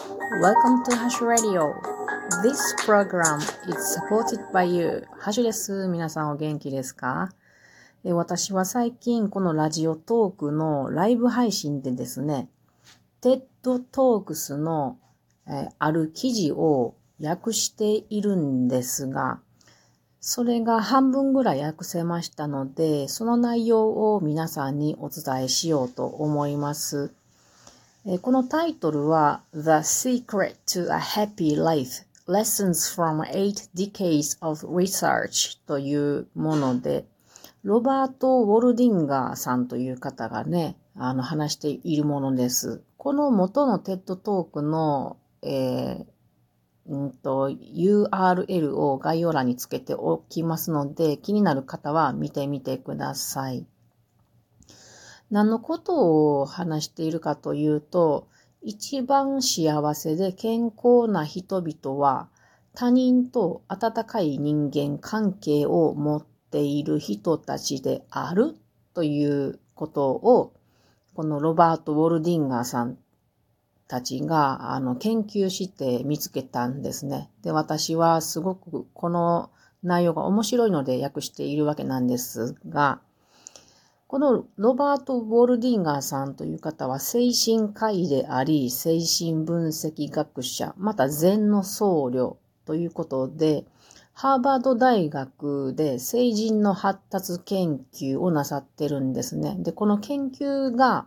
Welcome to Hash Radio. This program is supported by you. ハシュです。皆さんお元気ですか？私は最近このラジオトークのライブ配信でですね、TED Talks の、ある記事を訳しているんですが、それが半分ぐらい訳せましたので、その内容を皆さんにお伝えしようと思います。このタイトルは The Secret to a Happy Life Lessons from 8 Decades of Research というもので、ロバート・ウォルディンガーさんという方がね、話しているものです。この元のテッドトークの、URL を概要欄につけておきますので、気になる方は見てみてください。何のことを話しているかというと、一番幸せで健康な人々は他人と温かい人間関係を持っている人たちであるということを、このロバート・ウォルディンガーさんたちが研究して見つけたんですね。で、私はすごくこの内容が面白いので訳しているわけなんですが、このロバート・ウォルディンガーさんという方は精神科医であり、精神分析学者、また禅の僧侶ということで、ハーバード大学で成人の発達研究をなさってるんですね。で、この研究が、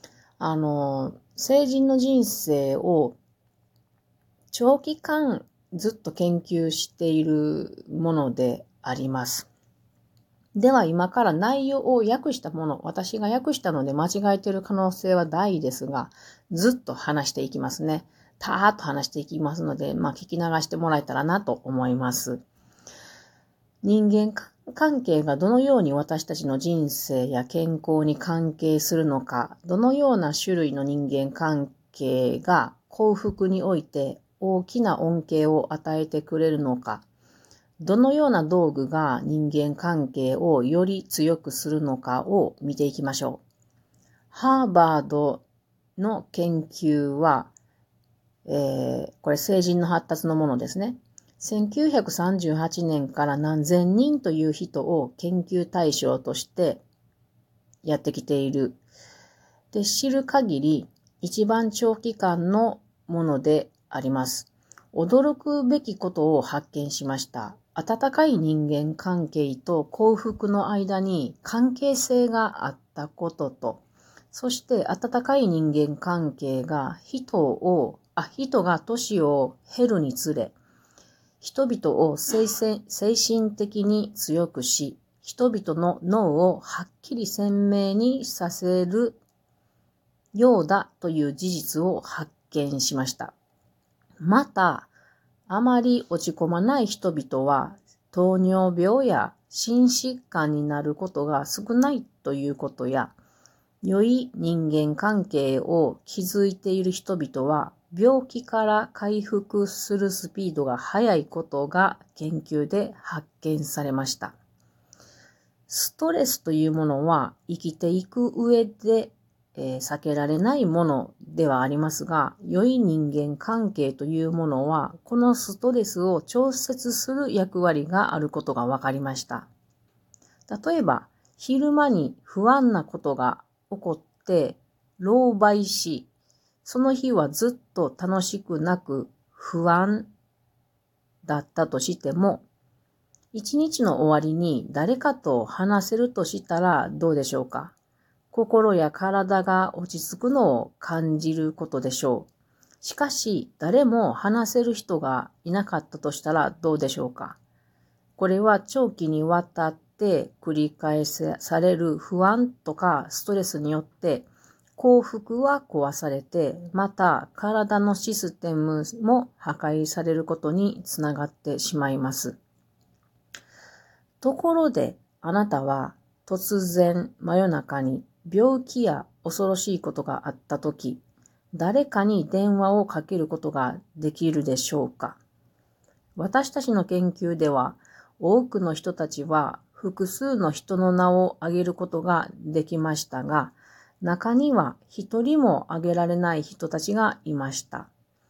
成人の人生を長期間ずっと研究しているものであります。では今から内容を訳したもの、私が訳したので間違えている可能性は大ですが、ずっと話していきますね。たーっと話していきますので、聞き流してもらえたらなと思います。人間関係がどのように私たちの人生や健康に関係するのか、どのような種類の人間関係が幸福において大きな恩恵を与えてくれるのか、どのような道具が人間関係をより強くするのかを見ていきましょう。ハーバードの研究は、これ成人の発達のものですね。1938年から何千人という人を研究対象としてやってきている。で、知る限り一番長期間のものであります。驚くべきことを発見しました。温かい人間関係と幸福の間に関係性があったことと、そして温かい人間関係が人が年を経るにつれ、人々を精神的に強くし、人々の脳をはっきり鮮明にさせるようだという事実を発見しました。また、あまり落ち込まない人々は糖尿病や心疾患になることが少ないということや、良い人間関係を築いている人々は病気から回復するスピードが速いことが研究で発見されました。ストレスというものは生きていく上で避けられないものではありますが、良い人間関係というものは、このストレスを調節する役割があることが分かりました。例えば、昼間に不安なことが起こって、狼狽し、その日はずっと楽しくなく不安だったとしても、一日の終わりに誰かと話せるとしたらどうでしょうか？心や体が落ち着くのを感じることでしょう。しかし、誰も話せる人がいなかったとしたらどうでしょうか？これは長期にわたって繰り返される不安とかストレスによって幸福は壊されて、また体のシステムも破壊されることにつながってしまいます。ところで、あなたは突然真夜中に病気や恐ろしいことがあったとき、誰かに電話をかけることができるでしょうか？私たちの研究では、多くの人たちは複数の人の名を挙げることができましたが、中には一人も挙げられない人たちがいました。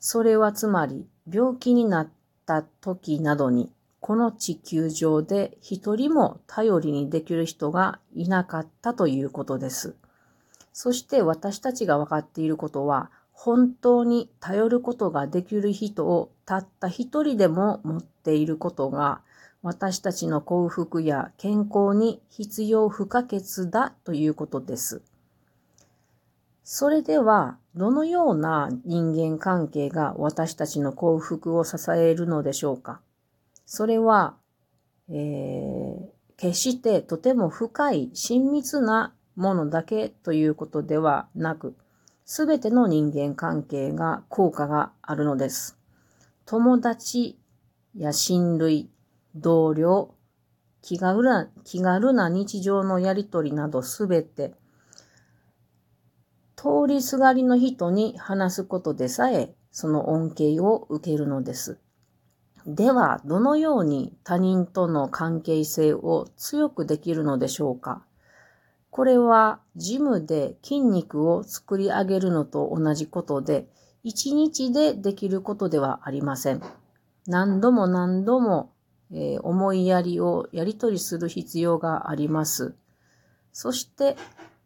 それはつまり病気になった時などにこの地球上で一人も頼りにできる人がいなかったということです。そして私たちが分かっていることは、本当に頼ることができる人をたった一人でも持っていることが、私たちの幸福や健康に必要不可欠だということです。それでは、どのような人間関係が私たちの幸福を支えるのでしょうか。それは、決してとても深い親密なものだけということではなく、すべての人間関係が効果があるのです。友達や親類、同僚、気軽な日常のやりとりなどすべて、通りすがりの人に話すことでさえ、その恩恵を受けるのです。では、どのように他人との関係性を強くできるのでしょうか。これは、ジムで筋肉を作り上げるのと同じことで、一日でできることではありません。何度も、思いやりをやり取りする必要があります。そして、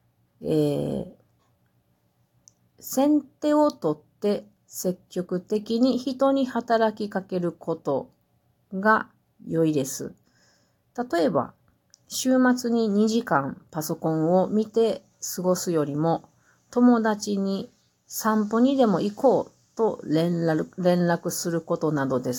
先手を取って積極的に人に働きかけることが良いです。例えば、週末に2時間パソコンを見て過ごすよりも、友達に散歩にでも行こうと連絡することなどです。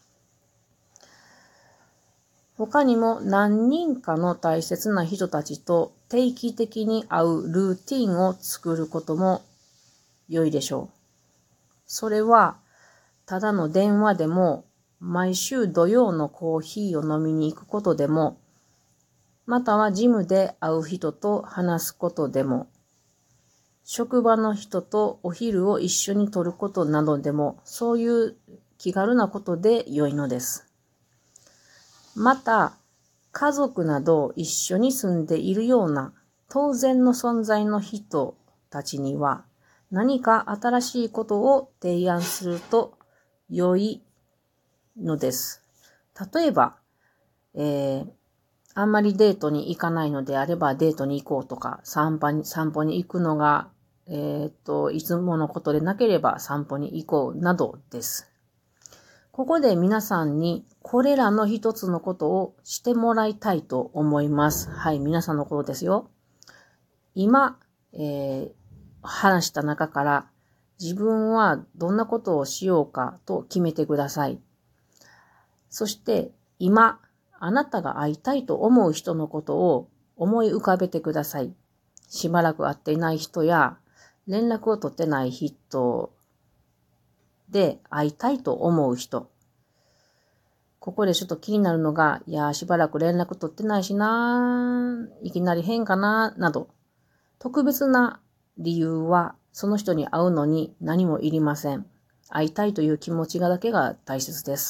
他にも何人かの大切な人たちと定期的に会うルーティンを作ることも良いでしょう。それは、ただの電話でも、毎週土曜のコーヒーを飲みに行くことでも、またはジムで会う人と話すことでも、職場の人とお昼を一緒にとることなどでも、そういう気軽なことで良いのです。また、家族など一緒に住んでいるような当然の存在の人たちには、何か新しいことを提案すると良いのです。例えば、あんまりデートに行かないのであればデートに行こうとか、散歩に行くのが、いつものことでなければ散歩に行こうなどです。ここで皆さんにこれらの一つのことをしてもらいたいと思います。はい、皆さんのことですよ。今、話した中から自分はどんなことをしようかと決めてください。そして今、あなたが会いたいと思う人のことを思い浮かべてください。しばらく会っていない人や連絡を取ってない人で会いたいと思う人。ここでちょっと気になるのが、しばらく連絡取ってないしな、いきなり変かな、など、特別な理由はその人に会うのに何もいりません。会いたいという気持ちだけが大切です。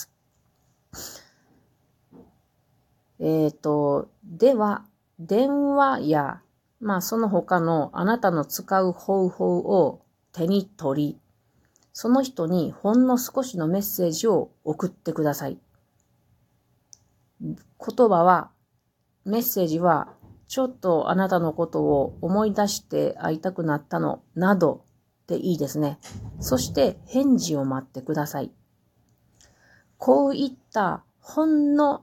では、電話や、その他のあなたの使う方法を手に取り、その人にほんの少しのメッセージを送ってください。メッセージは、ちょっとあなたのことを思い出して会いたくなったの、などでいいですね。そして返事を待ってください。こういったほんの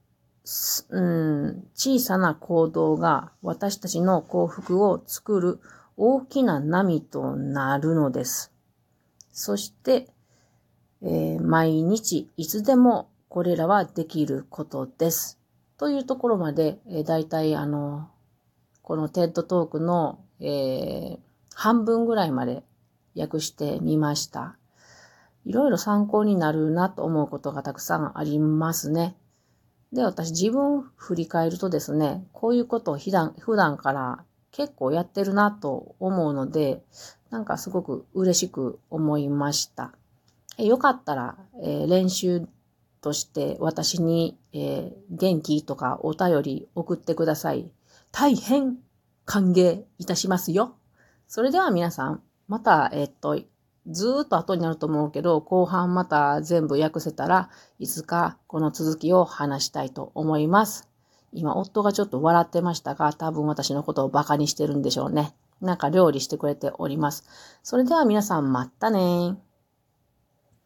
小さな行動が私たちの幸福を作る大きな波となるのです。そして、毎日いつでもこれらはできることです。というところまで、だいたいこの TED トークの、半分ぐらいまで訳してみました。いろいろ参考になるなと思うことがたくさんありますね。で、私自分振り返るとですね、こういうことを普段から結構やってるなと思うので、なんかすごく嬉しく思いました。よかったら、練習として私に、元気とかお便り送ってください。大変歓迎いたしますよ。それでは皆さん、また、 ずーっと後になると思うけど、後半また全部訳せたらいつかこの続きを話したいと思います。今、夫がちょっと笑ってましたが、多分私のことをバカにしてるんでしょうね。なんか料理してくれております。それでは皆さんまたね。